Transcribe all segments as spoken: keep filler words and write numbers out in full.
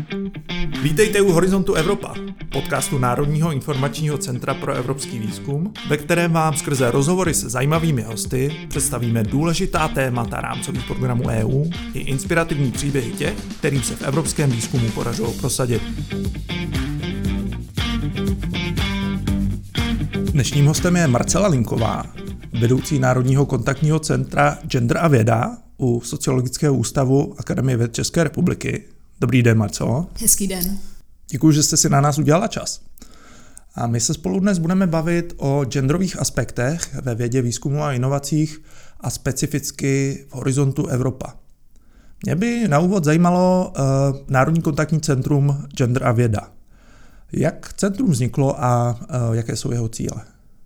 Vítejte u Horizontu Evropa, podcastu Národního informačního centra pro evropský výzkum, ve kterém vám skrze rozhovory se zajímavými hosty představíme důležitá témata rámcových programů E U i inspirativní příběhy těch, kterým se v evropském výzkumu podařilo prosadit. Dnešním hostem je Marcela Linková, vedoucí Národního kontaktního centra Gender a věda u Sociologického ústavu Akademie věd České republiky. Dobrý den, Marcelo. Hezký den. Děkuji, že jste si na nás udělala čas. A my se spolu dnes budeme bavit o genderových aspektech ve vědě, výzkumu a inovacích a specificky v Horizontu Evropa. Mě by na úvod zajímalo uh, Národní kontaktní centrum Gender a věda. Jak centrum vzniklo a uh, jaké jsou jeho cíle?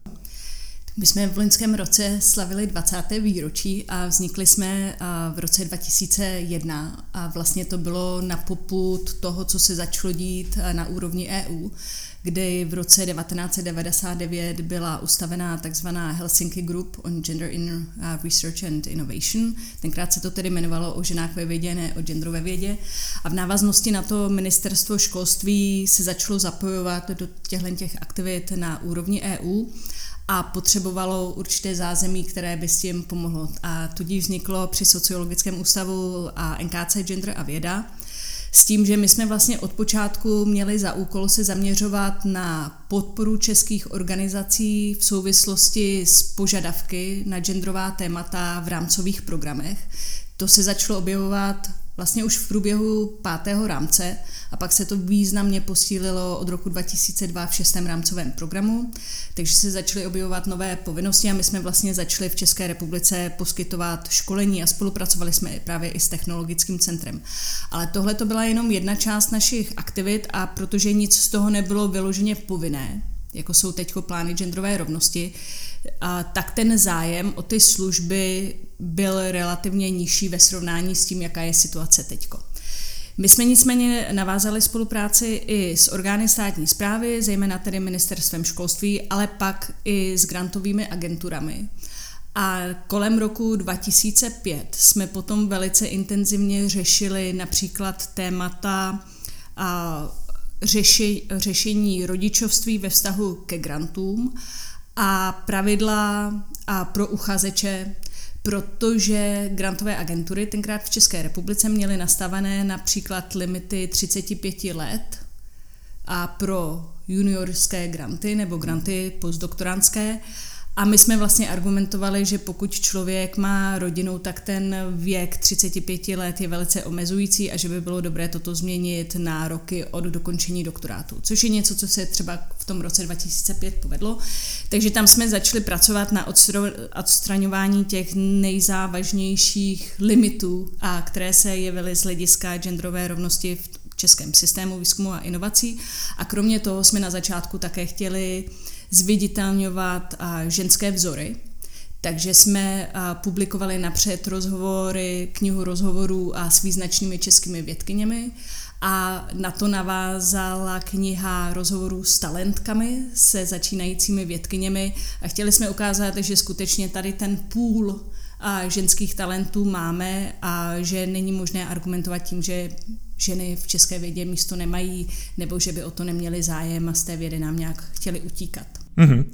My jsme v loňském roce slavili dvacáté výročí a vznikli jsme v roce dva tisíce jedna a vlastně to bylo na popud toho, co se začalo dít na úrovni E U, kdy v roce devatenáct set devadesát devět byla ustavená takzvaná Helsinki Group on Gender in Research and Innovation. Tenkrát se to tedy jmenovalo o ženách ve vědě, ne o genderové vědě. A v návaznosti na to ministerstvo školství se začalo zapojovat do těchto aktivit na úrovni E U a potřebovalo určité zázemí, které by s tím pomohlo. A tudíž vzniklo při Sociologickém ústavu a N K C Gender a věda, s tím, že my jsme vlastně od počátku měli za úkol se zaměřovat na podporu českých organizací v souvislosti s požadavky na genderová témata v rámcových programech. To se začalo objevovat vlastně už v průběhu pátého rámce a pak se to významně posílilo od roku dva tisíce dva v šestém rámcovém programu, takže se začaly objevovat nové povinnosti a my jsme vlastně začali v České republice poskytovat školení a spolupracovali jsme právě i s technologickým centrem. Ale tohle to byla jenom jedna část našich aktivit a protože nic z toho nebylo vyloženě povinné, jako jsou teď plány genderové rovnosti, a tak ten zájem o ty služby byl relativně nižší ve srovnání s tím, jaká je situace teďko. My jsme nicméně navázali spolupráci i s orgány státní správy, zejména tedy ministerstvem školství, ale pak i s grantovými agenturami. A kolem roku dva tisíce pět jsme potom velice intenzivně řešili například témata a řeši, řešení rodičovství ve vztahu ke grantům a pravidla a pro uchazeče, protože grantové agentury tenkrát v České republice měly nastavené například limity třicet pět let a pro juniorské granty nebo granty postdoktorantské. A my jsme vlastně argumentovali, že pokud člověk má rodinu, tak ten věk třicet pět let je velice omezující a že by bylo dobré toto změnit na roky od dokončení doktorátu, což je něco, co se třeba v tom roce dva tisíce pět povedlo. Takže tam jsme začali pracovat na odstraňování těch nejzávažnějších limitů, a které se jevily z hlediska genderové rovnosti v českém systému výzkumu a inovací. A kromě toho jsme na začátku také chtěli zviditelňovat ženské vzory, takže jsme publikovali napřed rozhovory, knihu rozhovorů a s význačnými českými vědkyněmi a na to navázala kniha rozhovorů s talentkami, se začínajícími vědkyněmi a chtěli jsme ukázat, že skutečně tady ten půl ženských talentů máme a že není možné argumentovat tím, že ženy v české vědě místo nemají, nebo že by o to neměli zájem a z té vědy nám nějak chtěli utíkat. Mm-hmm.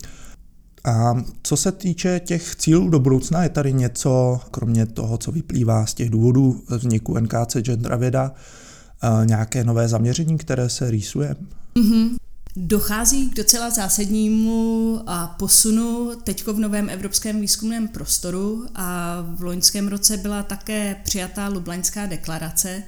A co se týče těch cílů do budoucna, je tady něco, kromě toho, co vyplývá z těch důvodů vzniku N K C Gender a věda, nějaké nové zaměření, které se rýsuje? Mm-hmm. Dochází k docela zásadnímu posunu teďko v novém evropském výzkumném prostoru a v loňském roce byla také přijatá Lublaňská deklarace,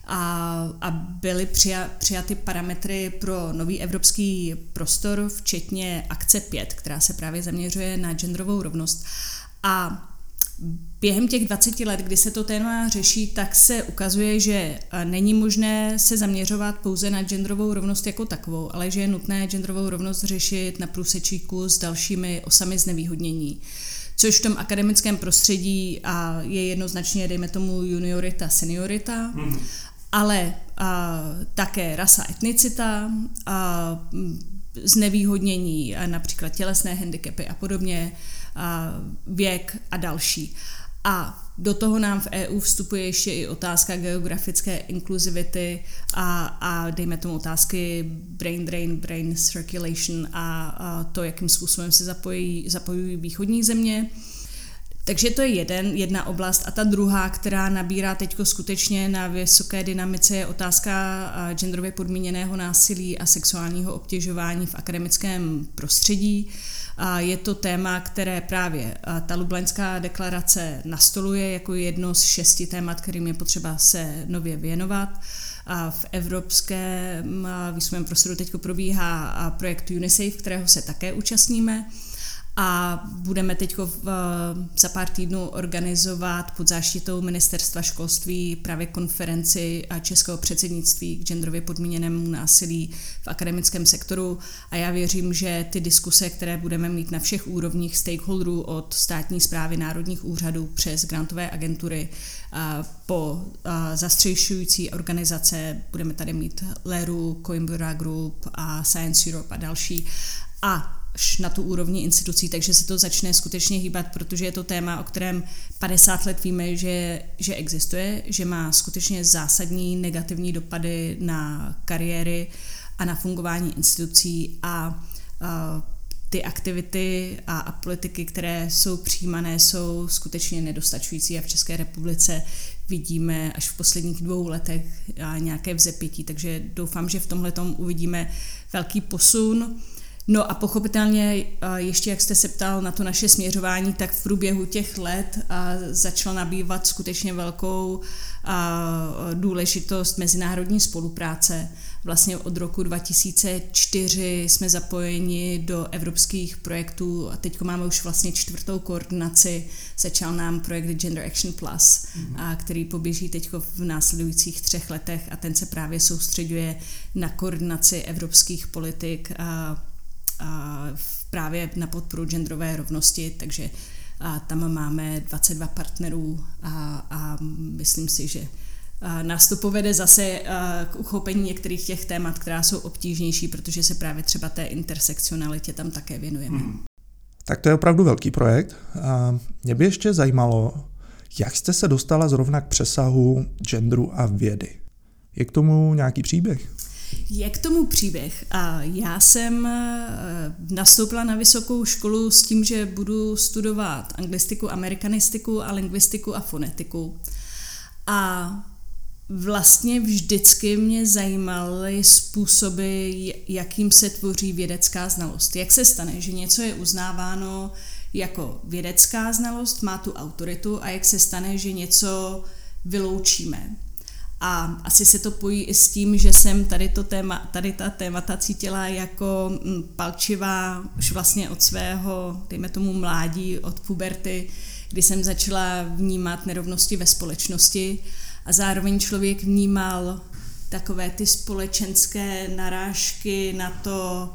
A, a byly přija, přijaty parametry pro nový evropský prostor, včetně akce pět, která se právě zaměřuje na genderovou rovnost. A během těch dvaceti let, kdy se to téma řeší, tak se ukazuje, že není možné se zaměřovat pouze na genderovou rovnost jako takovou, ale že je nutné genderovou rovnost řešit na průsečíku s dalšími osami znevýhodnění. Což v tom akademickém prostředí a je jednoznačně, dejme tomu, juniorita, seniorita, mm. ale a, také rasa, etnicita, a, znevýhodnění, a například tělesné handicapy a podobně, a, věk a další. A do toho nám v E U vstupuje ještě i otázka geografické inkluzivity a, a dejme tomu otázky brain drain, brain circulation a, a to, jakým způsobem se zapojí, zapojují východní země. Takže to je jeden, jedna oblast a ta druhá, která nabírá teď skutečně na vysoké dynamice, je otázka genderově podmíněného násilí a sexuálního obtěžování v akademickém prostředí. A je to téma, které právě ta Lublaňská deklarace nastoluje jako jedno z šesti témat, kterým je potřeba se nově věnovat. A v evropském výzkumném prostoru teď probíhá projekt UNICEF, kterého se také účastníme. A budeme teď za pár týdnů organizovat pod záštitou Ministerstva školství právě konferenci českého předsednictví k genderově podmíněnému násilí v akademickém sektoru. A já věřím, že ty diskuse, které budeme mít na všech úrovních stakeholderů od státní správy, národních úřadů přes grantové agentury po zastřešující organizace, budeme tady mít Leru, Coimbra Group a Science Europe a další, a na tu úrovni institucí, takže se to začne skutečně hýbat, protože je to téma, o kterém padesát let víme, že, že existuje, že má skutečně zásadní negativní dopady na kariéry a na fungování institucí a, a ty aktivity a, a politiky, které jsou přijímané, jsou skutečně nedostačující a v České republice vidíme až v posledních dvou letech nějaké vzepětí, takže doufám, že v tomhletom uvidíme velký posun. No a pochopitelně, ještě jak jste se ptal na to naše směřování, tak v průběhu těch let začala nabývat skutečně velkou důležitost mezinárodní spolupráce. Vlastně od roku dva tisíce čtyři jsme zapojeni do evropských projektů a teď máme už vlastně čtvrtou koordinaci. Začal nám projekt Gender Action Plus, mm. který poběží teď v následujících třech letech a ten se právě soustředuje na koordinaci evropských politik a a právě na podporu genderové rovnosti, takže a tam máme dvacet dva partnerů a, a myslím si, že nás to povede zase k uchopení některých těch témat, která jsou obtížnější, protože se právě třeba té intersekcionalitě tam také věnujeme. Hmm. Tak to je opravdu velký projekt. A mě by ještě zajímalo, jak jste se dostala zrovna k přesahu genderu a vědy. Je k tomu nějaký příběh? Je k tomu příběh. A já jsem nastoupila na vysokou školu s tím, že budu studovat anglistiku, amerikanistiku a lingvistiku a fonetiku. A vlastně vždycky mě zajímaly způsoby, jakým se tvoří vědecká znalost. Jak se stane, že něco je uznáváno jako vědecká znalost, má tu autoritu, a jak se stane, že něco vyloučíme. A asi se to pojí i s tím, že jsem tady, to téma, tady ta témata cítila jako palčivá už vlastně od svého, dejme tomu mládí, od puberty, kdy jsem začala vnímat nerovnosti ve společnosti a zároveň člověk vnímal takové ty společenské narážky na to,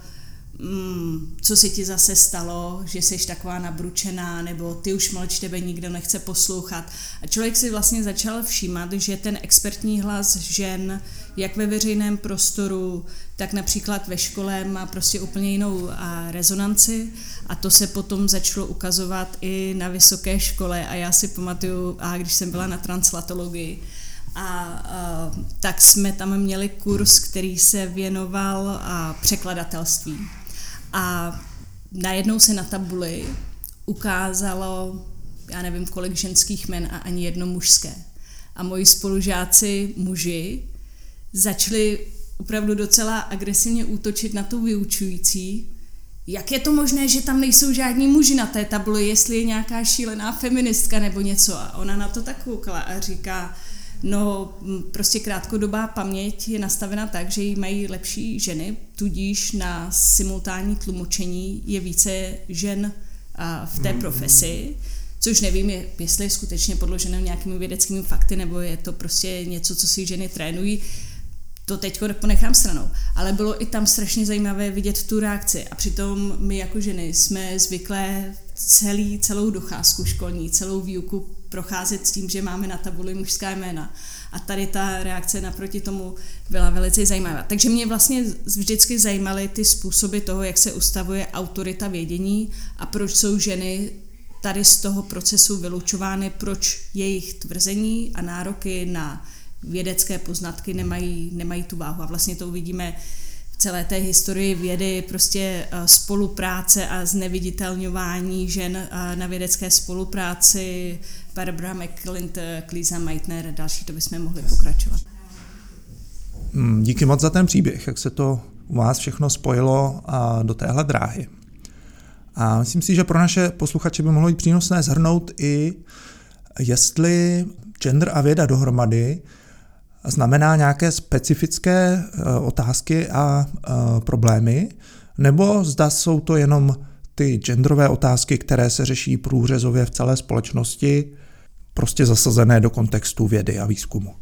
co se ti zase stalo, že jsi taková nabručená, nebo ty už mlč, tebe nikdo nechce poslouchat. A člověk si vlastně začal všímat, že ten expertní hlas žen, jak ve veřejném prostoru, tak například ve škole, má prostě úplně jinou rezonanci a to se potom začalo ukazovat i na vysoké škole a já si pamatuju, a když jsem byla na translatologii, A, a tak jsme tam měli kurz, který se věnoval a, překladatelství. A najednou se na tabuli ukázalo, já nevím kolik ženských jmen a ani jedno mužské. A moji spolužáci muži začali opravdu docela agresivně útočit na tu vyučující. Jak je to možné, že tam nejsou žádní muži na té tabuli, jestli je nějaká šílená feministka nebo něco. A ona na to tak koukala a říká, no prostě krátkodobá paměť je nastavena tak, že ji mají lepší ženy, tudíž na simultánní tlumočení je více žen v té profesi, což nevím, jestli je skutečně podloženo nějakými vědeckými fakty, nebo je to prostě něco, co si ženy trénují, to teďko ponechám stranou. Ale bylo i tam strašně zajímavé vidět tu reakci a přitom my jako ženy jsme zvyklé celý, celou docházku školní, celou výuku procházet s tím, že máme na tabuli mužská jména. A tady ta reakce naproti tomu byla velice zajímavá. Takže mě vlastně vždycky zajímaly ty způsoby toho, jak se ustavuje autorita vědění a proč jsou ženy tady z toho procesu vylučovány, proč jejich tvrzení a nároky na vědecké poznatky nemají, nemají tu váhu. A vlastně to uvidíme v celé té historii vědy, prostě spolupráce a zneviditelňování žen na vědecké spolupráci, Barbara McClint, Lisa Meitner, další, to bychom mohli pokračovat. Díky moc za ten příběh, jak se to u vás všechno spojilo do téhle dráhy. A myslím si, že pro naše posluchače by mohlo být přínosné shrnout i, jestli gender a věda dohromady znamená nějaké specifické otázky a problémy, nebo zda jsou to jenom ty genderové otázky, které se řeší průřezově v celé společnosti, prostě zasazené do kontextu vědy a výzkumu.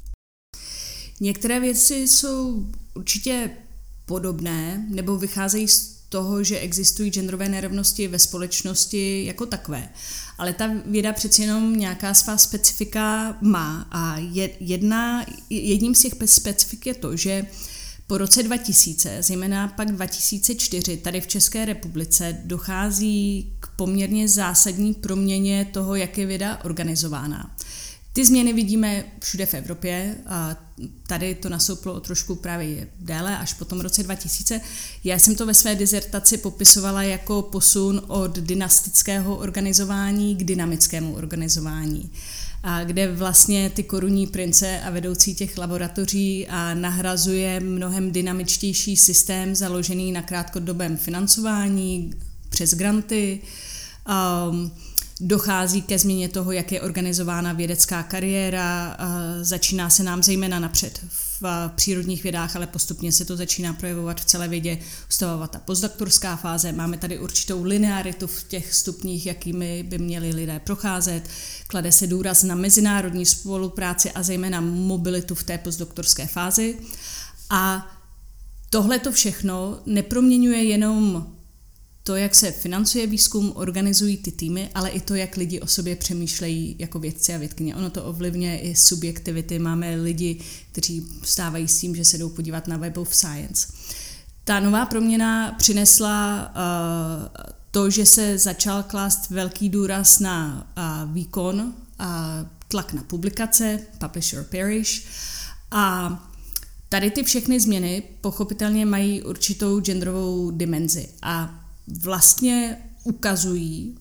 Některé věci jsou určitě podobné, nebo vycházejí z toho, že existují genderové nerovnosti ve společnosti jako takové. Ale ta věda přeci jenom nějaká svá specifika má a jedna, jedním z těch specifik je to, že po roce dva tisíce, zejména pak dva tisíce čtyři, tady v České republice dochází k poměrně zásadní proměně toho, jak je věda organizována. Ty změny vidíme všude v Evropě a tady to nasouplo o trošku právě déle, až po tom roce dva tisíce. Já jsem to ve své dizertaci popisovala jako posun od dynastického organizování k dynamickému organizování, a kde vlastně ty korunní prince a vedoucí těch laboratoří a nahrazuje mnohem dynamičtější systém založený na krátkodobém financování přes granty. Um, Dochází ke změně toho, jak je organizována vědecká kariéra, začíná se nám zejména napřed v přírodních vědách, ale postupně se to začíná projevovat v celé vědě, ustavovat ta postdoktorská fáze. Máme tady určitou linearitu v těch stupních, jakými by měli lidé procházet. Klade se důraz na mezinárodní spolupráci a zejména mobilitu v té postdoktorské fázi. A tohle to všechno neproměňuje jenom to, jak se financuje výzkum, organizují ty týmy, ale i to, jak lidi o sobě přemýšlejí jako vědci a vědkyně. Ono to ovlivňuje i subjektivity. Máme lidi, kteří vstávají s tím, že se jdou podívat na Web of Science. Ta nová proměna přinesla uh, to, že se začal klást velký důraz na uh, výkon a tlak na publikace, publish or perish. A tady ty všechny změny pochopitelně mají určitou genderovou dimenzi a vlastně ukazují,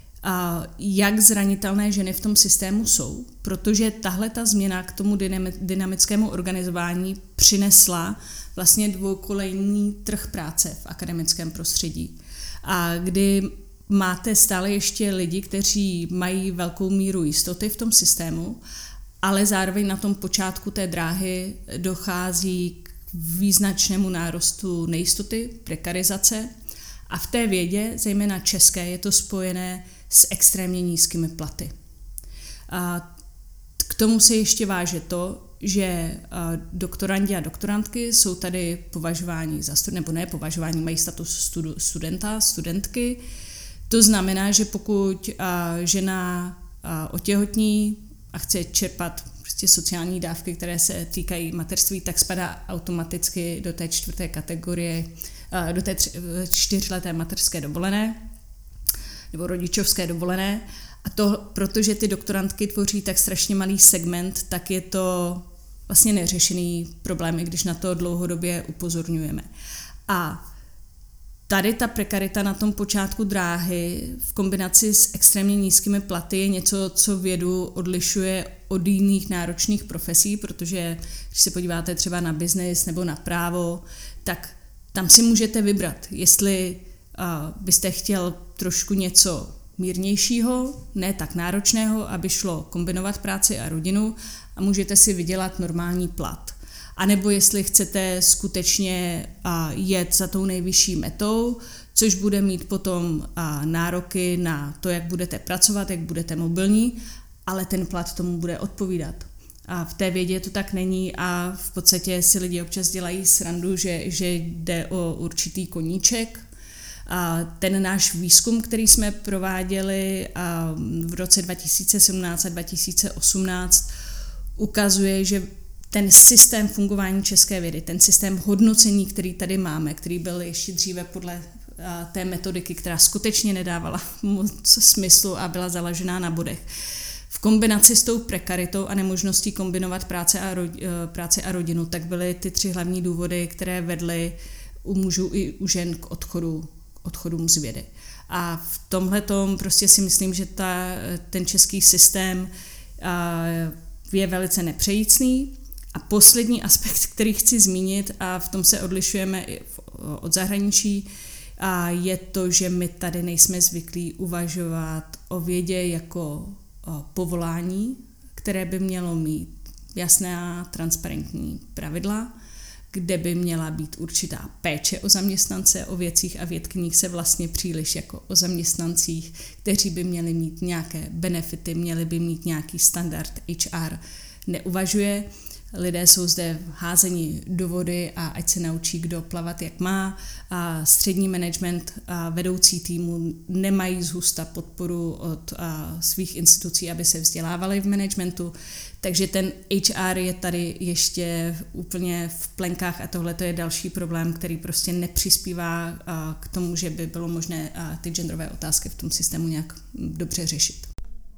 jak zranitelné ženy v tom systému jsou, protože tahle ta změna k tomu dynamickému organizování přinesla vlastně dvoukolejný trh práce v akademickém prostředí. A kdy máte stále ještě lidi, kteří mají velkou míru jistoty v tom systému, ale zároveň na tom počátku té dráhy dochází k význačnému nárostu nejistoty, prekarizace. A v té vědě, zejména české, je to spojené s extrémně nízkými platy. A k tomu se ještě váže to, že doktorandi a doktorantky jsou tady považováni za student, nebo ne považováni, mají status studu, studenta, studentky. To znamená, že pokud žena otěhotní a chce čerpat prostě sociální dávky, které se týkají mateřství, tak spadá automaticky do té čtvrté kategorie, do té čtyřleté mateřské dovolené nebo rodičovské dovolené. A to, protože ty doktorantky tvoří tak strašně malý segment, tak je to vlastně neřešený problém, i když na to dlouhodobě upozorňujeme. A tady ta prekarita na tom počátku dráhy v kombinaci s extrémně nízkými platy je něco, co vědu odlišuje od jiných náročných profesí, protože když se podíváte třeba na biznis nebo na právo, tak tam si můžete vybrat, jestli uh, byste chtěl trošku něco mírnějšího, ne tak náročného, aby šlo kombinovat práci a rodinu a můžete si vydělat normální plat. A nebo jestli chcete skutečně uh, jet za tou nejvyšší metou, což bude mít potom uh, nároky na to, jak budete pracovat, jak budete mobilní, ale ten plat tomu bude odpovídat. A v té vědě to tak není a v podstatě si lidi občas dělají srandu, že, že jde o určitý koníček. A ten náš výzkum, který jsme prováděli v roce dva tisíce sedmnáct a dva tisíce osmnáct, ukazuje, že ten systém fungování české vědy, ten systém hodnocení, který tady máme, který byl ještě dříve podle té metodiky, která skutečně nedávala moc smyslu a byla založená na bodech. V kombinaci s tou prekaritou a nemožností kombinovat práce a, ro, práci a rodinu, tak byly ty tři hlavní důvody, které vedly u mužů i u žen k odchodu, k odchodům z vědy. A v tomhletom prostě si myslím, že ta, ten český systém je velice nepřejícný. A poslední aspekt, který chci zmínit, a v tom se odlišujeme i od zahraničí, a je to, že my tady nejsme zvyklí uvažovat o vědě jako o povolání, které by mělo mít jasná, transparentní pravidla, kde by měla být určitá péče o zaměstnance, o věcích a vědkyních se vlastně příliš jako o zaměstnancích, kteří by měli mít nějaké benefity, měli by mít nějaký standard. H R neuvažuje. Lidé jsou zde házeni do vody a ať se naučí, kdo plavat jak má. A střední management a vedoucí týmu nemají zhusta podporu od svých institucí, aby se vzdělávali v managementu. Takže ten H R je tady ještě úplně v plenkách a tohle je další problém, který prostě nepřispívá k tomu, že by bylo možné ty genderové otázky v tom systému nějak dobře řešit.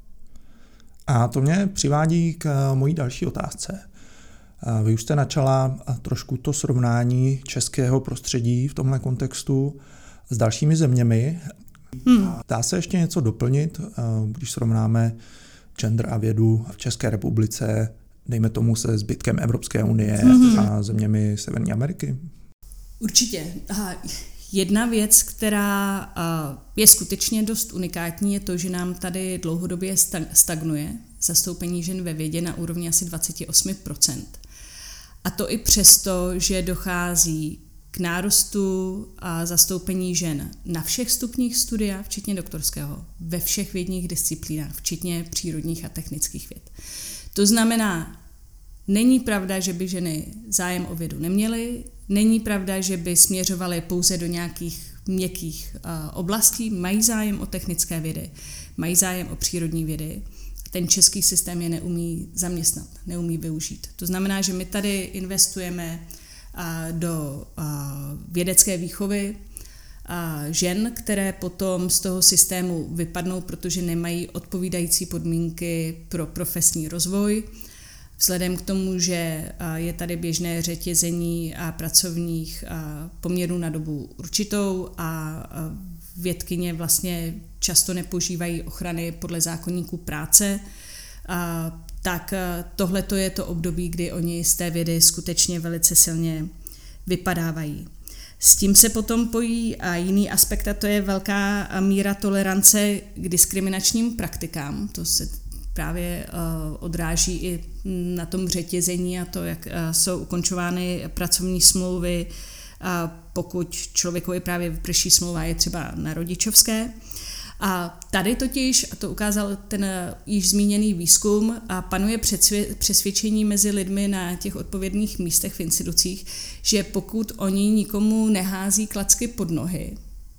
A to mě přivádí k mojí další otázce. Vy už jste načala trošku to srovnání českého prostředí v tomhle kontextu s dalšími zeměmi. Hmm. Dá se ještě něco doplnit, když srovnáme gender a vědu v České republice, dejme tomu se zbytkem Evropské unie hmm. a zeměmi Severní Ameriky? Určitě. Aha. Jedna věc, která je skutečně dost unikátní, je to, že nám tady dlouhodobě stagnuje zastoupení žen ve vědě na úrovni asi dvacet osm procent. A to i přesto, že dochází k nárůstu a zastoupení žen na všech stupních studia, včetně doktorského, ve všech vědních disciplínách, včetně přírodních a technických věd. To znamená, není pravda, že by ženy zájem o vědu neměly, není pravda, že by směřovaly pouze do nějakých měkkých uh, oblastí, mají zájem o technické vědy, mají zájem o přírodní vědy. Ten český systém je neumí zaměstnat, neumí využít. To znamená, že my tady investujeme uh, do uh, vědecké výchovy uh, žen, které potom z toho systému vypadnou, protože nemají odpovídající podmínky pro profesní rozvoj. Vzhledem k tomu, že je tady běžné řetězení a pracovních poměrů na dobu určitou a vědkyně vlastně často nepožívají ochrany podle zákoníku práce, tak tohle je to období, kdy oni z té vědy skutečně velice silně vypadávají. S tím se potom pojí a jiný aspekt, a to je velká míra tolerance k diskriminačním praktikám. To se právě uh, odráží i na tom řetězení a to, jak uh, jsou ukončovány pracovní smlouvy, uh, pokud člověkovi právě vyprší smlouva, je třeba na rodičovské. A tady totiž, a to ukázal ten uh, již zmíněný výzkum, a panuje předsvě- přesvědčení mezi lidmi na těch odpovědných místech v institucích, že pokud oni nikomu nehází klacky pod nohy,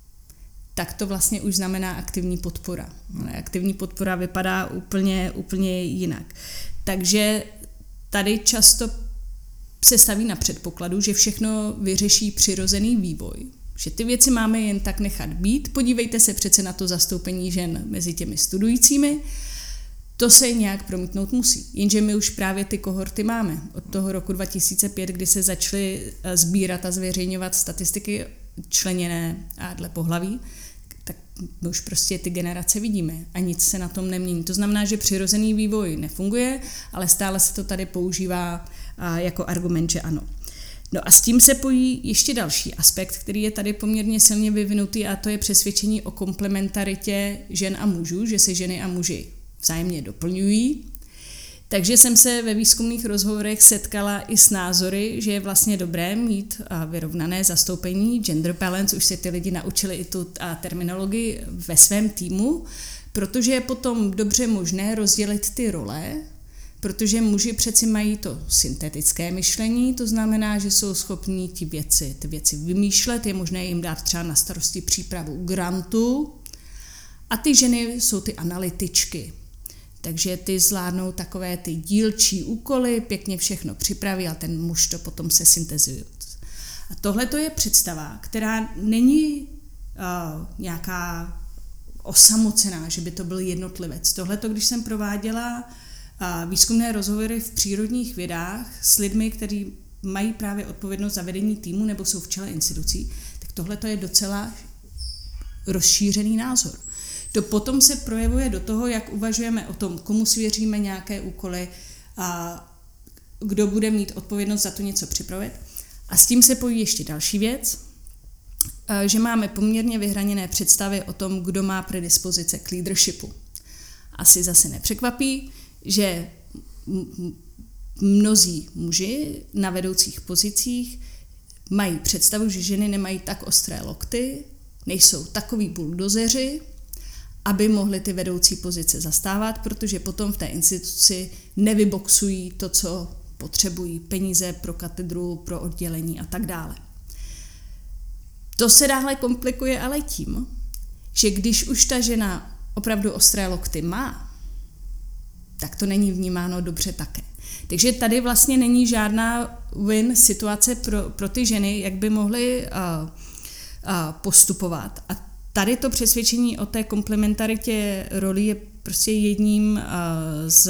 tak to vlastně už znamená aktivní podpora. Aktivní podpora vypadá úplně, úplně jinak. Takže tady často se staví na předpokladu, že všechno vyřeší přirozený vývoj. Že ty věci máme jen tak nechat být. Podívejte se přece na to zastoupení žen mezi těmi studujícími. To se nějak promítnout musí. Jenže my už právě ty kohorty máme. Od toho roku dva tisíce pět, kdy se začaly sbírat a zveřejňovat statistiky členěné a dle pohlaví, tak my už prostě ty generace vidíme a nic se na tom nemění. To znamená, že přirozený vývoj nefunguje, ale stále se to tady používá jako argument, že ano. No a s tím se pojí ještě další aspekt, který je tady poměrně silně vyvinutý, a to je přesvědčení o komplementaritě žen a mužů, že se ženy a muži vzájemně doplňují. Takže jsem se ve výzkumných rozhovorech setkala i s názory, že je vlastně dobré mít vyrovnané zastoupení, gender balance, už se ty lidi naučili i tu terminologii ve svém týmu, protože je potom dobře možné rozdělit ty role, protože muži přeci mají to syntetické myšlení, to znamená, že jsou schopní ty věci, ty věci vymýšlet, je možné jim dát třeba na starosti přípravu grantu, a ty ženy jsou ty analytičky. Takže ty zvládnou takové ty dílčí úkoly, pěkně všechno připraví a ten muž to potom se syntezuje. A tohle to je představa, která není uh, nějaká osamocená, že by to byl jednotlivec. Tohle to, když jsem prováděla uh, výzkumné rozhovory v přírodních vědách s lidmi, kteří mají právě odpovědnost za vedení týmu nebo jsou v čele institucí, tak tohle to je docela rozšířený názor. To potom se projevuje do toho, jak uvažujeme o tom, komu svěříme nějaké úkoly a kdo bude mít odpovědnost za to něco připravit. A s tím se pojí ještě další věc, že máme poměrně vyhraněné představy o tom, kdo má predispozice k leadershipu. Asi zase nepřekvapí, že mnozí muži na vedoucích pozicích mají představu, že ženy nemají tak ostré lokty, nejsou takový buldozeři, aby mohli ty vedoucí pozice zastávat, protože potom v té instituci nevyboxují to, co potřebují, peníze pro katedru, pro oddělení a tak dále. To se dále komplikuje ale tím, že když už ta žena opravdu ostré lokty má, tak to není vnímáno dobře také. Takže tady vlastně není žádná win situace pro, pro ty ženy, jak by mohly uh, uh, postupovat. A tady to přesvědčení o té komplementaritě rolí je prostě jedním uh, z,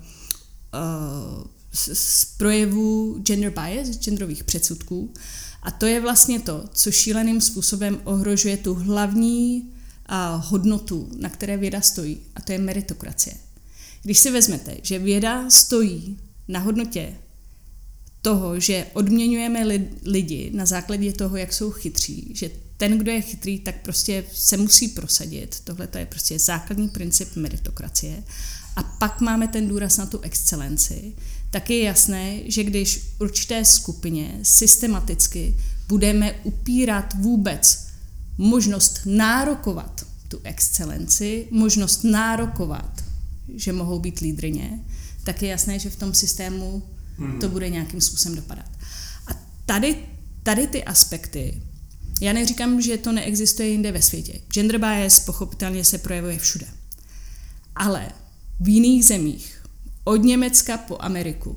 uh, z, z projevů gender bias, genderových předsudků. A to je vlastně to, co šíleným způsobem ohrožuje tu hlavní uh, hodnotu, na které věda stojí, a to je meritokracie. Když si vezmete, že věda stojí na hodnotě toho, že odměňujeme lidi na základě toho, jak jsou chytří, že ten, kdo je chytrý, tak prostě se musí prosadit. Tohle to je prostě základní princip meritokracie. A pak máme ten důraz na tu excelenci. Tak je jasné, že když určité skupině systematicky budeme upírat vůbec možnost nárokovat tu excelenci, možnost nárokovat, že mohou být lídryně, tak je jasné, že v tom systému to bude nějakým způsobem dopadat. A tady, tady ty aspekty, já neříkám, že to neexistuje jinde ve světě. Gender bias pochopitelně se projevuje všude. Ale v jiných zemích, od Německa po Ameriku,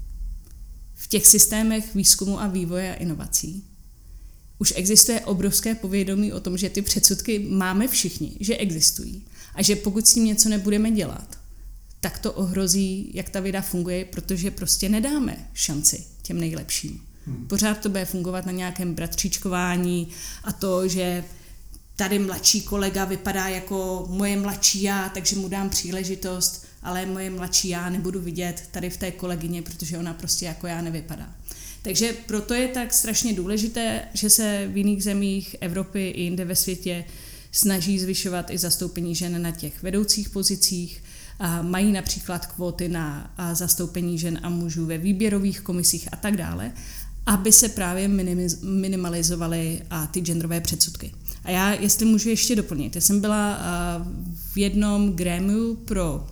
v těch systémech výzkumu a vývoje a inovací, už existuje obrovské povědomí o tom, že ty předsudky máme všichni, že existují. A že pokud s tím něco nebudeme dělat, tak to ohrozí, jak ta věda funguje, protože prostě nedáme šanci těm nejlepším. Hmm. Pořád to bude fungovat na nějakém bratříčkování a to, že tady mladší kolega vypadá jako moje mladší já, takže mu dám příležitost, ale moje mladší já nebudu vidět tady v té kolegyně, protože ona prostě jako já nevypadá. Takže proto je tak strašně důležité, že se v jiných zemích Evropy i jinde ve světě snaží zvyšovat i zastoupení žen na těch vedoucích pozicích, a mají například kvóty na zastoupení žen a mužů ve výběrových komisích a tak dále, aby se právě minimalizovaly ty genderové předsudky. A já, jestli můžu ještě doplnit, já jsem byla v jednom grémiu pro,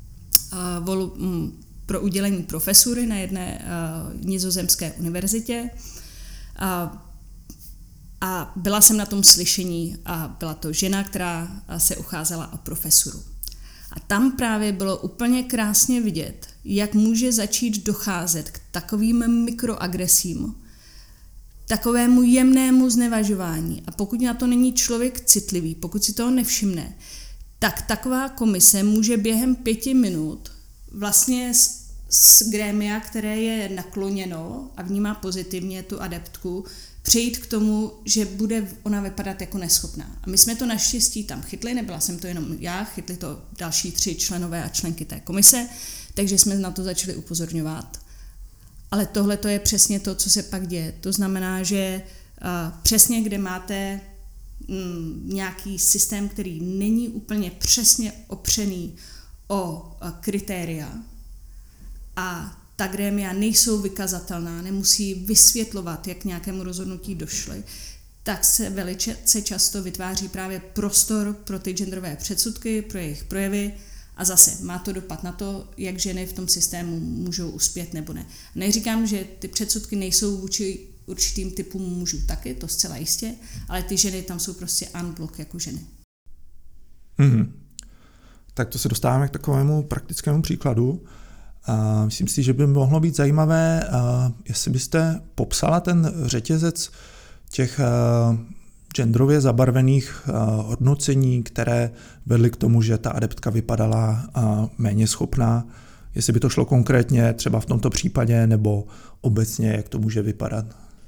pro udělení profesury na jedné nizozemské univerzitě a, a byla jsem na tom slyšení a byla to žena, která se ucházela o profesuru. A tam právě bylo úplně krásně vidět, jak může začít docházet k takovým mikroagresím, takovému jemnému znevažování. A pokud na to není člověk citlivý, pokud si toho nevšimne, tak taková komise může během pěti minut vlastně z, z grémia, které je nakloněno a vnímá pozitivně tu adeptku, přejít k tomu, že bude ona vypadat jako neschopná. A my jsme to naštěstí tam chytli, nebyla jsem to jenom já, chytli to další tři členové a členky té komise, takže jsme na to začali upozorňovat. Ale tohle to je přesně to, co se pak děje. To znamená, že uh, přesně kde máte um, nějaký systém, který není úplně přesně opřený o uh, kritéria a ta grémia nejsou vykazatelná, nemusí vysvětlovat, jak k nějakému rozhodnutí došly, tak se velice často vytváří právě prostor pro ty genderové předsudky, pro jejich projevy a zase má to dopad na to, jak ženy v tom systému můžou uspět nebo ne. Neříkám, že ty předsudky nejsou vůči určitým typům mužů taky, to zcela jistě, ale ty ženy tam jsou prostě unblock jako ženy. Mm-hmm. Tak to se dostáváme k takovému praktickému příkladu. A myslím si, že by mohlo být zajímavé, jestli byste popsala ten řetězec těch genderově zabarvených hodnocení, které vedly k tomu, že ta adeptka vypadala méně schopná, jestli by to šlo konkrétně třeba v tomto případě, nebo obecně, jak to může vypadat?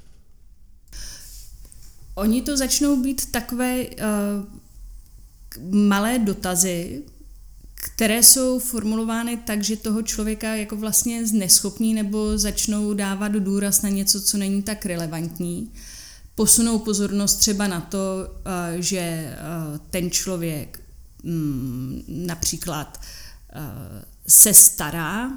Oni to začnou být takové uh, malé dotazy, které jsou formulovány tak, že toho člověka jako vlastně zneschopní nebo začnou dávat důraz na něco, co není tak relevantní. Posunou pozornost třeba na to, uh, že uh, ten člověk um, například uh, se stará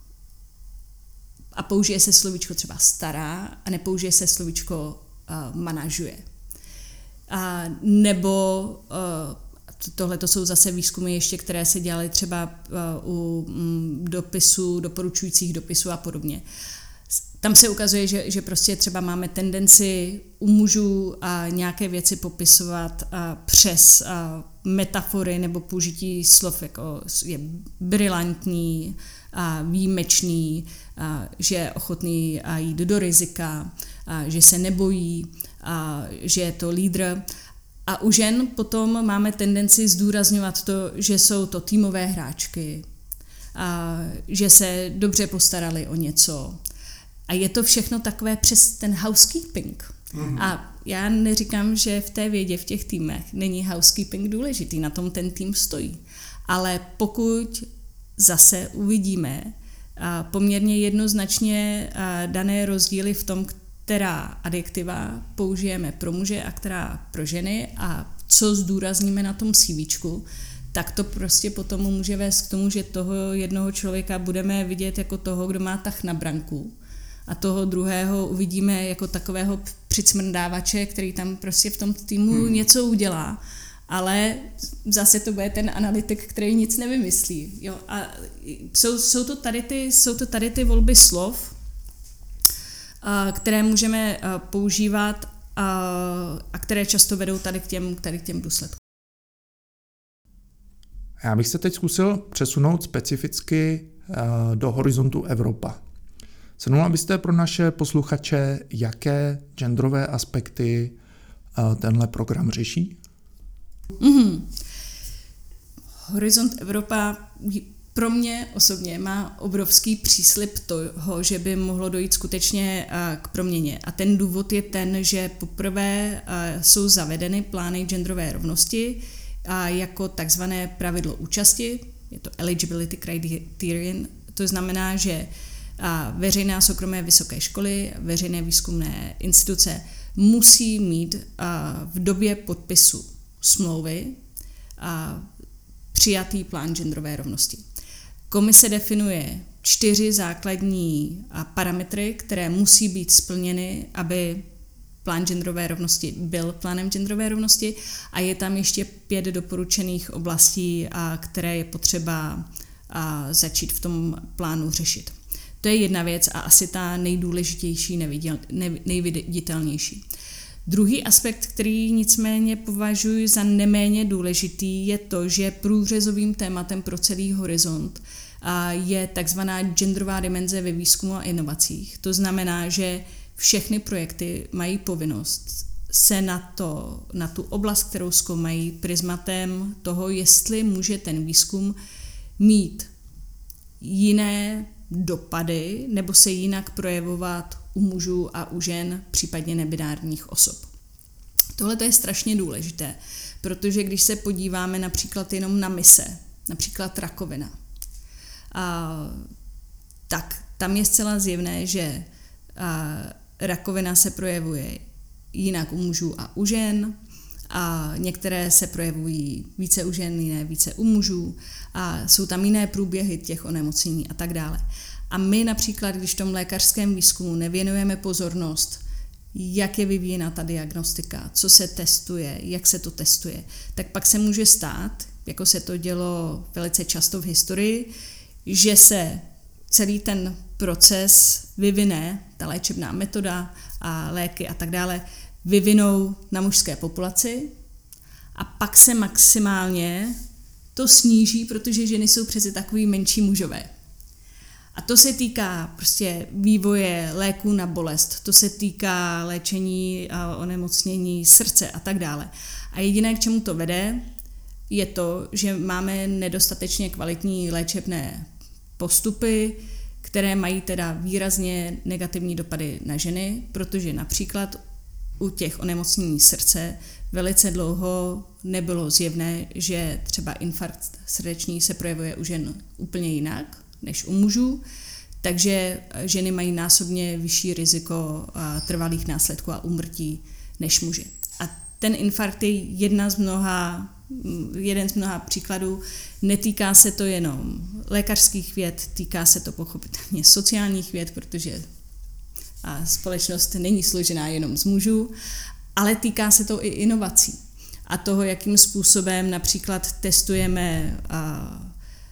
a použije se slovíčko třeba stará a nepoužije se slovíčko uh, manažuje. A nebo uh, tohle to jsou zase výzkumy ještě, které se dělaly třeba uh, u um, dopisů, doporučujících dopisů a podobně. Tam se ukazuje, že, že prostě třeba máme tendenci u mužů a nějaké věci popisovat a přes a metafory nebo použití slov, jako je brilantní a výjimečný, a že je ochotný a jít do rizika, a že se nebojí, a že je to lídr. A u žen potom máme tendenci zdůrazňovat to, že jsou to týmové hráčky, a že se dobře postarali o něco. A je to všechno takové přes ten housekeeping. Mm-hmm. A já neříkám, že v té vědě, v těch týmech není housekeeping důležitý, na tom ten tým stojí. Ale pokud zase uvidíme a poměrně jednoznačně a dané rozdíly v tom, která adjektiva použijeme pro muže a která pro ženy a co zdůrazníme na tom CVčku, tak to prostě potom může vést k tomu, že toho jednoho člověka budeme vidět jako toho, kdo má tah na branku, a toho druhého uvidíme jako takového přicmrdávače, který tam prostě v tom týmu hmm. něco udělá, ale zase to bude ten analytik, který nic nevymyslí. Jo? A jsou, jsou, to tady ty, jsou to tady ty volby slov, a, které můžeme a, používat a, a které často vedou tady k těm, tady k těm důsledkům. Já bych se teď zkusil přesunout specificky a, do horizontu Evropa. Shrnula byste pro naše posluchače, jaké genderové aspekty tenhle program řeší? Mm-hmm. Horizont Evropa pro mě osobně má obrovský příslib toho, že by mohlo dojít skutečně k proměně. A ten důvod je ten, že poprvé jsou zavedeny plány genderové rovnosti jako takzvané pravidlo účasti, je to eligibility criterion, to znamená, že a veřejné a soukromé vysoké školy, veřejné výzkumné instituce musí mít v době podpisu smlouvy přijatý plán genderové rovnosti. Komise definuje čtyři základní parametry, které musí být splněny, aby plán genderové rovnosti byl plánem genderové rovnosti, a je tam ještě pět doporučených oblastí, které je potřeba začít v tom plánu řešit. To je jedna věc a asi ta nejdůležitější, neviděl, ne, nejviditelnější. Druhý aspekt, který nicméně považuji za neméně důležitý, je to, že průřezovým tématem pro celý horizont je takzvaná genderová dimenze ve výzkumu a inovacích. To znamená, že všechny projekty mají povinnost se na, to, na tu oblast, kterou zkoumají, prismatem toho, jestli může ten výzkum mít jiné dopady nebo se jinak projevovat u mužů a u žen, případně nebinárních osob. Tohle je strašně důležité, protože když se podíváme například jenom na mise, například rakovina, a, tak tam je zcela zjevné, že a, rakovina se projevuje jinak u mužů a u žen, a některé se projevují více u žen, jiné více u mužů a jsou tam jiné průběhy těch onemocnění a tak dále. A my například, když v tom lékařském výzkumu nevěnujeme pozornost, jak je vyvíjena ta diagnostika, co se testuje, jak se to testuje, tak pak se může stát, jako se to dělo velice často v historii, že se celý ten proces vyvine, ta léčebná metoda a léky a tak dále, vyvinou na mužské populaci a pak se maximálně to sníží, protože ženy jsou přece takový menší mužové. A to se týká prostě vývoje léků na bolest, to se týká léčení a onemocnění srdce a tak dále. A jediné, k čemu to vede, je to, že máme nedostatečně kvalitní léčebné postupy, které mají teda výrazně negativní dopady na ženy, protože například u těch onemocnění srdce velice dlouho nebylo zjevné, že třeba infarkt srdeční se projevuje u žen úplně jinak než u mužů, takže ženy mají násobně vyšší riziko trvalých následků a úmrtí než muži. A ten infarkt je jedna z mnoha, jeden z mnoha příkladů. Netýká se to jenom lékařských věd, týká se to pochopitelně sociálních věd, protože a společnost není složená jenom z mužů, ale týká se to i inovací a toho, jakým způsobem například testujeme a,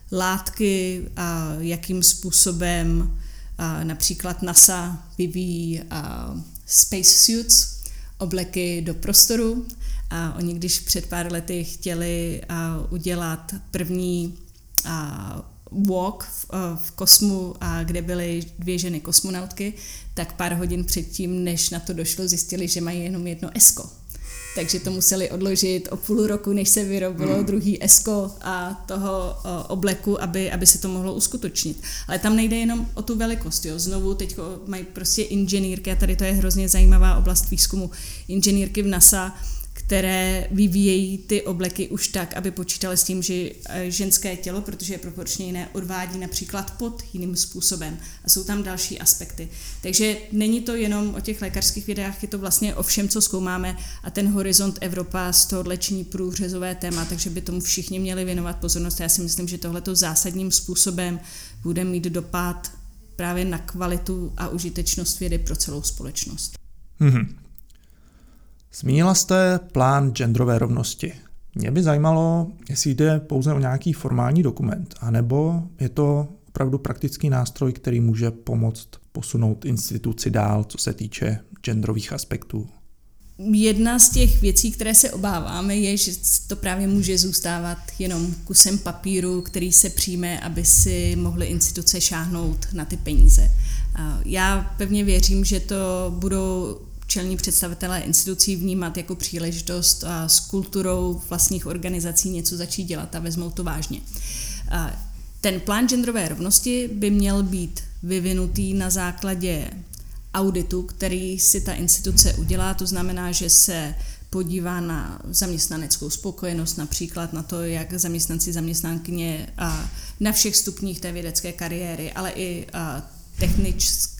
látky a jakým způsobem a, například NASA vyvíjí a, space suits, obleky do prostoru. A oni, když před pár lety chtěli a, udělat první a, walk v, v kosmu, a kde byly dvě ženy kosmonautky, tak pár hodin předtím, než na to došlo, zjistili, že mají jenom jedno esko. Takže to museli odložit o půl roku, než se vyrobilo hmm. druhý esko a toho o, obleku, aby, aby se to mohlo uskutečnit. Ale tam nejde jenom o tu velikost. Jo. Znovu teď mají prostě inženýrky, a tady to je hrozně zajímavá oblast výzkumu, inženýrky v NASA, které vyvíjejí ty obleky už tak, aby počítali s tím, že ženské tělo, protože je proporčně jiné, odvádí například pot jiným způsobem. A jsou tam další aspekty. Takže není to jenom o těch lékařských vědách, je to vlastně o všem, co zkoumáme, a ten Horizont Evropa z toho činí průřezové téma, takže by tomu všichni měli věnovat pozornost. Já si myslím, že tohleto zásadním způsobem bude mít dopad právě na kvalitu a užitečnost vědy pro celou společnost. Mm-hmm. Zmínila jste plán genderové rovnosti. Mě by zajímalo, jestli jde pouze o nějaký formální dokument, anebo je to opravdu praktický nástroj, který může pomoct posunout instituci dál, co se týče genderových aspektů. Jedna z těch věcí, které se obáváme, je, že to právě může zůstávat jenom kusem papíru, který se přijme, aby si mohly instituce šáhnout na ty peníze. Já pevně věřím, že to budou čelní představitelé institucí vnímat jako příležitost a s kulturou vlastních organizací něco začít dělat a vezmou to vážně. Ten plán genderové rovnosti by měl být vyvinutý na základě auditu, který si ta instituce udělá, to znamená, že se podívá na zaměstnaneckou spokojenost, například na to, jak zaměstnanci, zaměstnankyně na všech stupních té vědecké kariéry, ale i technická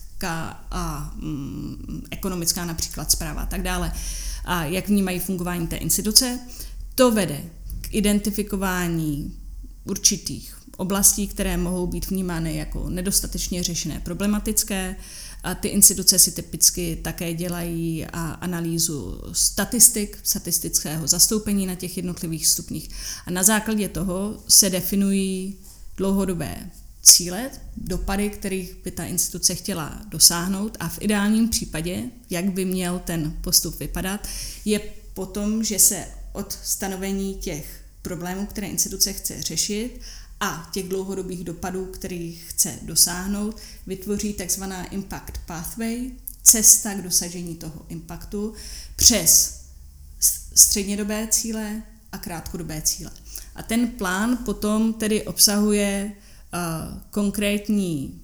a mm, ekonomická například správa a tak dále, a jak vnímají fungování té instituce. To vede k identifikování určitých oblastí, které mohou být vnímány jako nedostatečně řešené, problematické. A ty instituce si typicky také dělají a analýzu statistik, statistického zastoupení na těch jednotlivých stupních. A na základě toho se definují dlouhodobé cíle, dopady, kterých by ta instituce chtěla dosáhnout, a v ideálním případě, jak by měl ten postup vypadat, je potom, že se od stanovení těch problémů, které instituce chce řešit, a těch dlouhodobých dopadů, kterých chce dosáhnout, vytvoří takzvaná impact pathway, cesta k dosažení toho impactu přes střednědobé cíle a krátkodobé cíle. A ten plán potom tedy obsahuje uh, konkrétní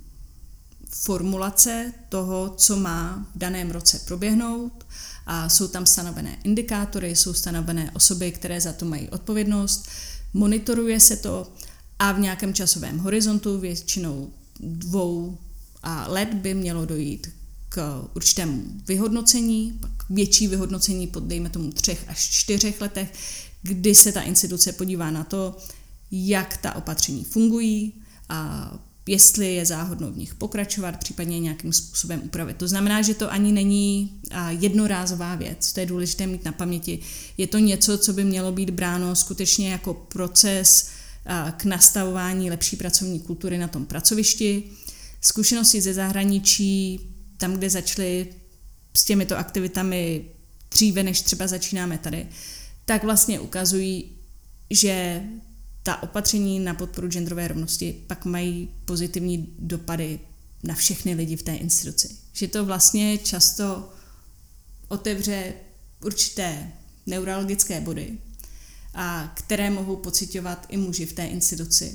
formulace toho, co má v daném roce proběhnout, a jsou tam stanovené indikátory, jsou stanovené osoby, které za to mají odpovědnost, monitoruje se to a v nějakém časovém horizontu, většinou dvou let, by mělo dojít k určitému vyhodnocení, pak větší vyhodnocení pod, dejme tomu, třech až čtyřech letech, kdy se ta instituce podívá na to, jak ta opatření fungují a jestli je záhodno v nich pokračovat, případně nějakým způsobem upravit. To znamená, že to ani není jednorázová věc, to je důležité mít na paměti. Je to něco, co by mělo být bráno skutečně jako proces k nastavování lepší pracovní kultury na tom pracovišti. Zkušenosti ze zahraničí, tam, kde začaly s těmito aktivitami dříve, než třeba začínáme tady, tak vlastně ukazují, že ta opatření na podporu genderové rovnosti pak mají pozitivní dopady na všechny lidi v té instituci. Že to vlastně často otevře určité neurologické body, a které mohou pociťovat i muži v té instituci.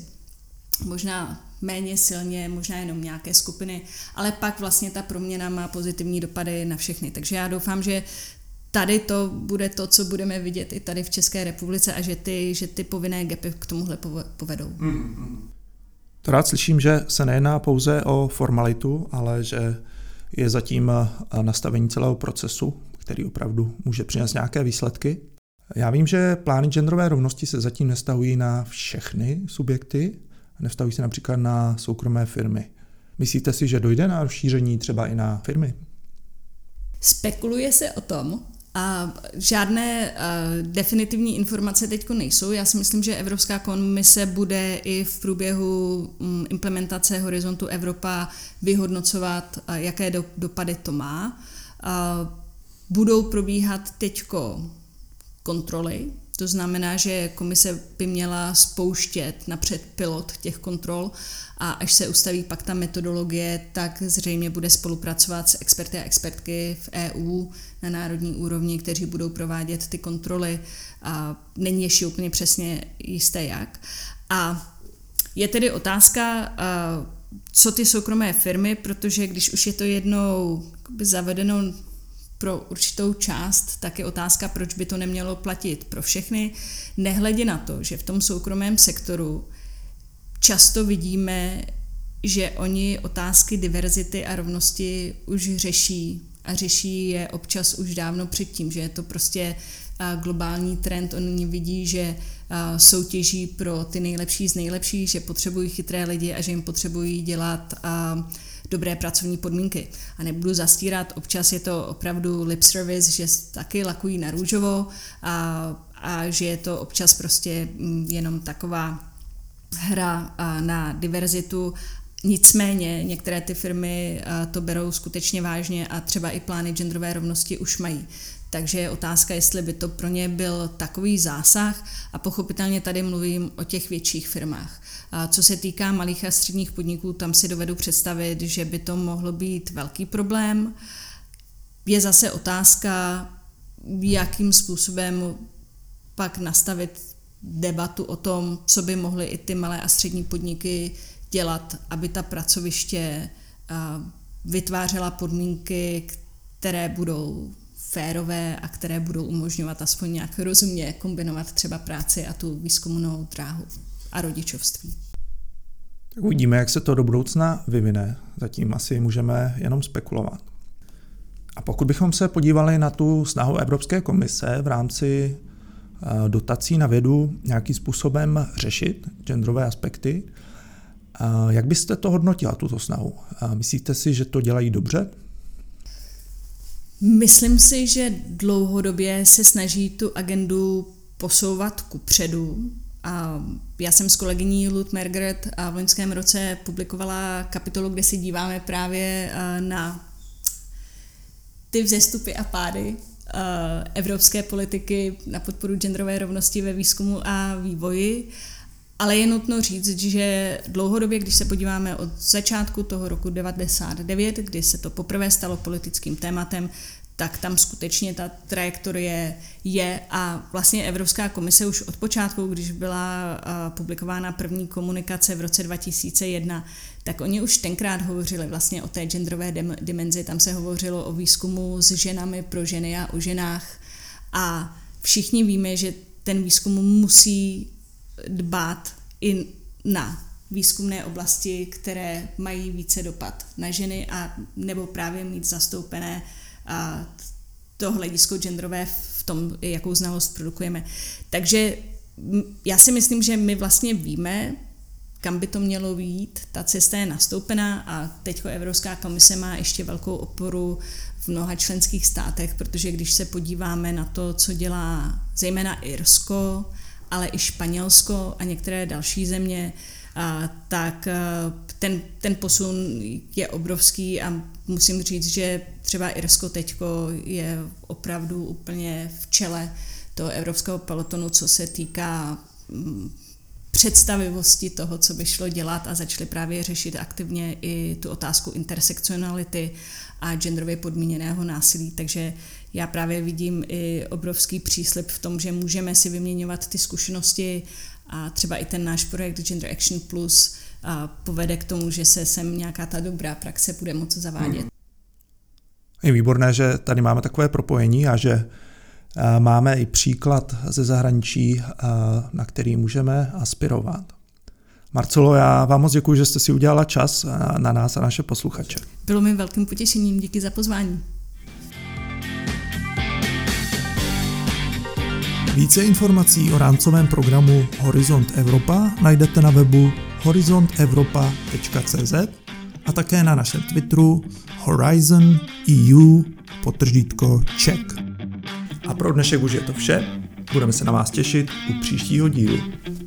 Možná méně silně, možná jenom nějaké skupiny, ale pak vlastně ta proměna má pozitivní dopady na všechny. Takže já doufám, že tady to bude to, co budeme vidět i tady v České republice a že ty, že ty povinné gapy k tomuhle povedou. Mm-hmm. To rád slyším, že se nejedná pouze o formalitu, ale že je zatím nastavení celého procesu, který opravdu může přinést nějaké výsledky. Já vím, že plány genderové rovnosti se zatím nestahují na všechny subjekty, nevztahují se například na soukromé firmy. Myslíte si, že dojde na rozšíření třeba i na firmy? Spekuluje se o tom a žádné uh, definitivní informace teďko nejsou. Já si myslím, že Evropská komise bude i v průběhu um, implementace Horizontu Evropa vyhodnocovat, uh, jaké do, dopady to má. Uh, budou probíhat teďko kontroly, to znamená, že komise by měla spouštět napřed pilot těch kontrol a až se ustaví pak ta metodologie, tak zřejmě bude spolupracovat s experty a expertky v E U na národní úrovni, kteří budou provádět ty kontroly a není ještě úplně přesně jisté jak. A je tedy otázka, co ty soukromé firmy, protože když už je to jednou zavedeno pro určitou část, tak je otázka, proč by to nemělo platit pro všechny, nehledě na to, že v tom soukromém sektoru často vidíme, že oni otázky diverzity a rovnosti už řeší a řeší je občas už dávno předtím, že je to prostě globální trend, oni vidí, že soutěží pro ty nejlepší z nejlepších, že potřebují chytré lidi a že jim potřebují dělat dobré pracovní podmínky. A nebudu zastírat, občas je to opravdu lip service, že taky lakují na růžovo a, a že je to občas prostě jenom taková hra na diverzitu. Nicméně některé ty firmy to berou skutečně vážně a třeba i plány genderové rovnosti už mají. Takže je otázka, jestli by to pro ně byl takový zásah a pochopitelně tady mluvím o těch větších firmách. A co se týká malých a středních podniků, tam si dovedu představit, že by to mohlo být velký problém. Je zase otázka, jakým způsobem pak nastavit debatu o tom, co by mohly i ty malé a střední podniky dělat, aby ta pracoviště vytvářela podmínky, které budou férové a které budou umožňovat aspoň nějak rozumně kombinovat třeba práci a tu výzkumnou dráhu a rodičovství. Tak uvidíme, jak se to do budoucna vyvine. Zatím asi můžeme jenom spekulovat. A pokud bychom se podívali na tu snahu Evropské komise v rámci dotací na vědu nějakým způsobem řešit genderové aspekty, jak byste to hodnotila, tuto snahu? Myslíte si, že to dělají dobře? Myslím si, že dlouhodobě se snaží tu agendu posouvat kupředu. A já jsem s kolegyní Lud Margaret v loňském roce publikovala kapitolu, kde se díváme právě na ty vzestupy a pády evropské politiky na podporu genderové rovnosti ve výzkumu a vývoji. Ale je nutno říct, že dlouhodobě, když se podíváme od začátku toho roku devadesát devět, kdy se to poprvé stalo politickým tématem, tak tam skutečně ta trajektorie je a vlastně Evropská komise už od počátku, když byla publikována první komunikace v roce dva tisíce jedna, tak oni už tenkrát hovořili vlastně o té genderové dimenzi, tam se hovořilo o výzkumu s ženami pro ženy a o ženách a všichni víme, že ten výzkum musí dbát i na výzkumné oblasti, které mají více dopad na ženy a nebo právě mít zastoupené a to hledisko genderové v tom, jakou znalost produkujeme. Takže já si myslím, že my vlastně víme, kam by to mělo jít, ta cesta je nastoupená a teďko Evropská komise má ještě velkou oporu v mnoha členských státech, protože když se podíváme na to, co dělá zejména Irsko, ale i Španělsko a některé další země, a, tak ten, ten posun je obrovský a musím říct, že třeba Irsko teďko je opravdu úplně v čele toho evropského pelotonu, co se týká m, představivosti toho, co by šlo dělat a začali právě řešit aktivně i tu otázku intersekcionality a genderově podmíněného násilí. Takže já právě vidím i obrovský příslib v tom, že můžeme si vyměňovat ty zkušenosti a třeba i ten náš projekt Gender Action Plus a povede k tomu, že se sem nějaká ta dobrá praxe bude moci zavádět. Hmm. Je výborné, že tady máme takové propojení a že máme i příklad ze zahraničí, na který můžeme aspirovat. Marcelo, já vám moc děkuji, že jste si udělala čas na nás a naše posluchače. Bylo mi velkým potěšením, díky za pozvání. Více informací o rámcovém programu Horizont Evropa najdete na webu horizont evropa tečka cé zet a také na našem Twitteru Horizon E U podtržítko Czech. A pro dnešek už je to vše. Budeme se na vás těšit u příštího dílu.